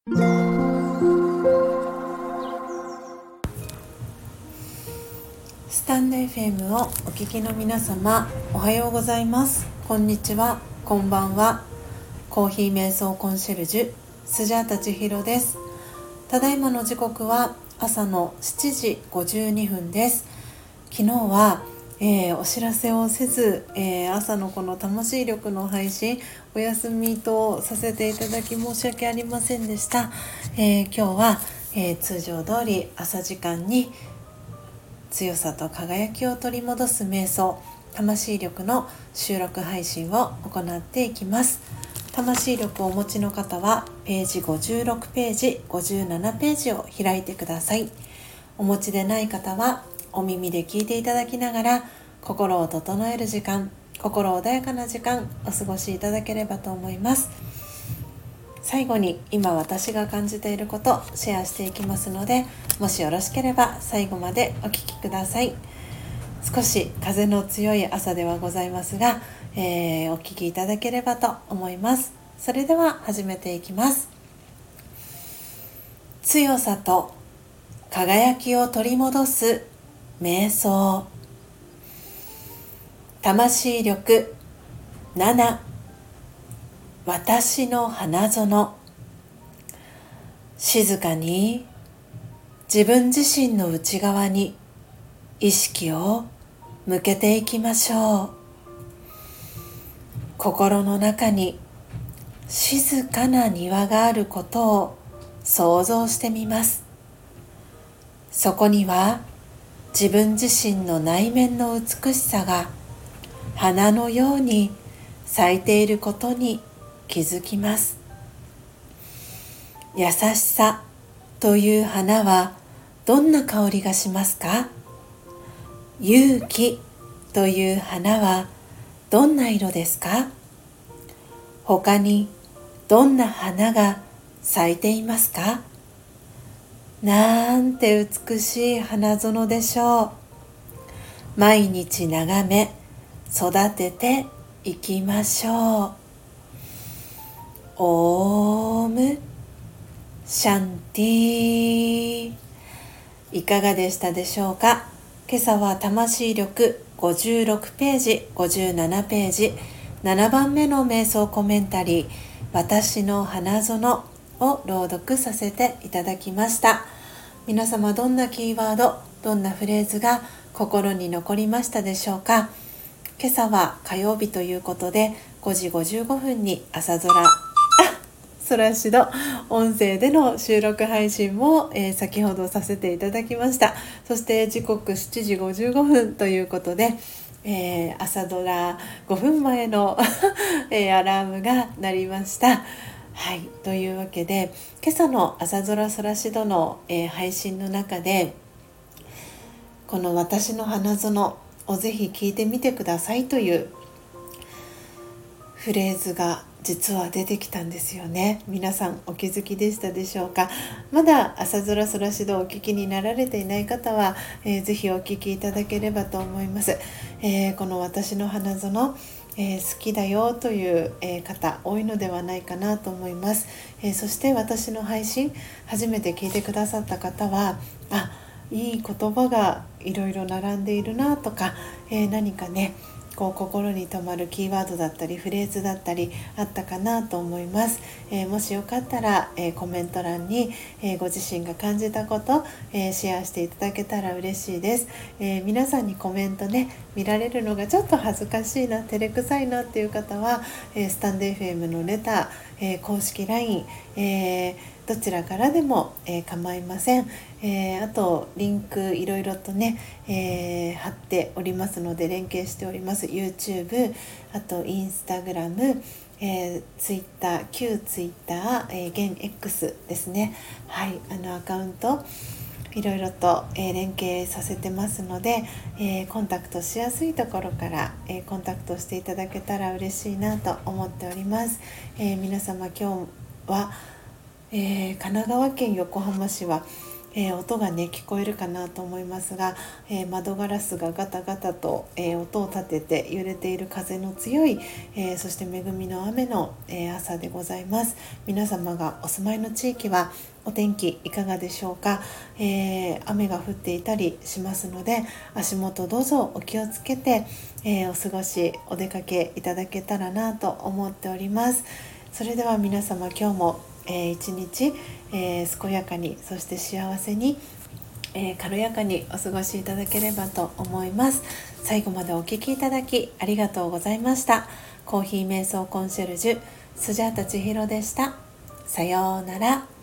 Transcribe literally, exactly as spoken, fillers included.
スタンド エフエム をお聞きの皆様、おはようございます。こんにちは、こんばんは。コーヒー瞑想コンシェルジュスジャータ千尋です。ただいまの時刻は朝のしちじごじゅうにふんです。昨日は、えー、お知らせをせず、えー、朝のこの魂力の配信お休みとさせていただき申し訳ありませんでした。えー、今日は、えー、通常通り朝時間に強さと輝きを取り戻す瞑想魂力の収録配信を行っていきます。魂力をお持ちの方はページごじゅうろくページごじゅうななページを開いてください。お持ちでない方はお耳で聞いていただきながら心を整える時間、心穏やかな時間お過ごしいただければと思います。最後に今私が感じていることシェアしていきますので、もしよろしければ最後までお聞きください。少し風の強い朝ではございますが、えー、お聞きいただければと思います。それでは始めていきます。強さと輝きを取り戻す瞑想。魂力なな、私の花園。静かに自分自身の内側に意識を向けていきましょう。心の中に静かな庭があることを想像してみます。そこには自分自身の内面の美しさが花のように咲いていることに気づきます。優しさという花はどんな香りがしますか？勇気という花はどんな色ですか？他にどんな花が咲いていますか？なんて美しい花園でしょう。毎日眺め育てていきましょう。オームシャンティ。いかがでしたでしょうか。今朝は魂力ごじゅうろくページごじゅうななページななばんめの瞑想コメンタリー、私の花園を朗読させていただきました。皆様どんなキーワード、どんなフレーズが心に残りましたでしょうか。今朝は火曜日ということでごじごじゅうごふんに朝空ソラシド音声での収録配信も、えー、先ほどさせていただきました。そして時刻しちじごじゅうごふんということで、えー、朝ドラごふんまえの、えー、アラームが鳴りました。はい、というわけで今朝の朝空ソラシドの、えー、配信の中でこの私の花園をぜひ聞いてみてくださいというフレーズが実は出てきたんですよね。皆さんお気づきでしたでしょうか。まだ朝空ソラシドをお聞きになられていない方は、えー、ぜひお聞きいただければと思います。えー、この私の花園、えー、好きだよという、えー、方多いのではないかなと思います。えー、そして私の配信初めて聞いてくださった方は、あ、いい言葉がいろいろ並んでいるなとか、えー、何かねこう心に留まるキーワードだったりフレーズだったりあったかなと思います。えー、もしよかったら、えー、コメント欄に、えー、ご自身が感じたこと、えー、シェアしていただけたら嬉しいです。えー、皆さんにコメントね見られるのがちょっと恥ずかしいな、照れくさいなっていう方は、えー、スタンド エフエム のレター、えー、公式 ライン、えーどちらからでも、えー、構いません。えー、あとリンクいろいろとね、えー、貼っておりますので連携しております。 YouTube、 あと Instagram、えー、Twitter、旧 Twitter、えー、現 X ですね。はい、あのアカウントいろいろと、えー、連携させてますので、えー、コンタクトしやすいところから、えー、コンタクトしていただけたら嬉しいなと思っております。えー、皆様今日はえー、神奈川県横浜市は、 えー、音がね聞こえるかなと思いますが、えー、窓ガラスがガタガタと、えー、音を立てて揺れている風の強い、えー、そして恵みの雨の、えー、朝でございます。皆様がお住まいの地域はお天気いかがでしょうか。えー、雨が降っていたりしますので、足元どうぞお気をつけて、えー、お過ごしお出かけいただけたらなと思っております。それでは皆様、今日も、えー、一日、えー、健やかに、そして幸せに、えー、軽やかにお過ごしいただければと思います。最後までお聞きいただきありがとうございました。コーヒー瞑想コンシェルジュスジャータ千尋でした。さようなら。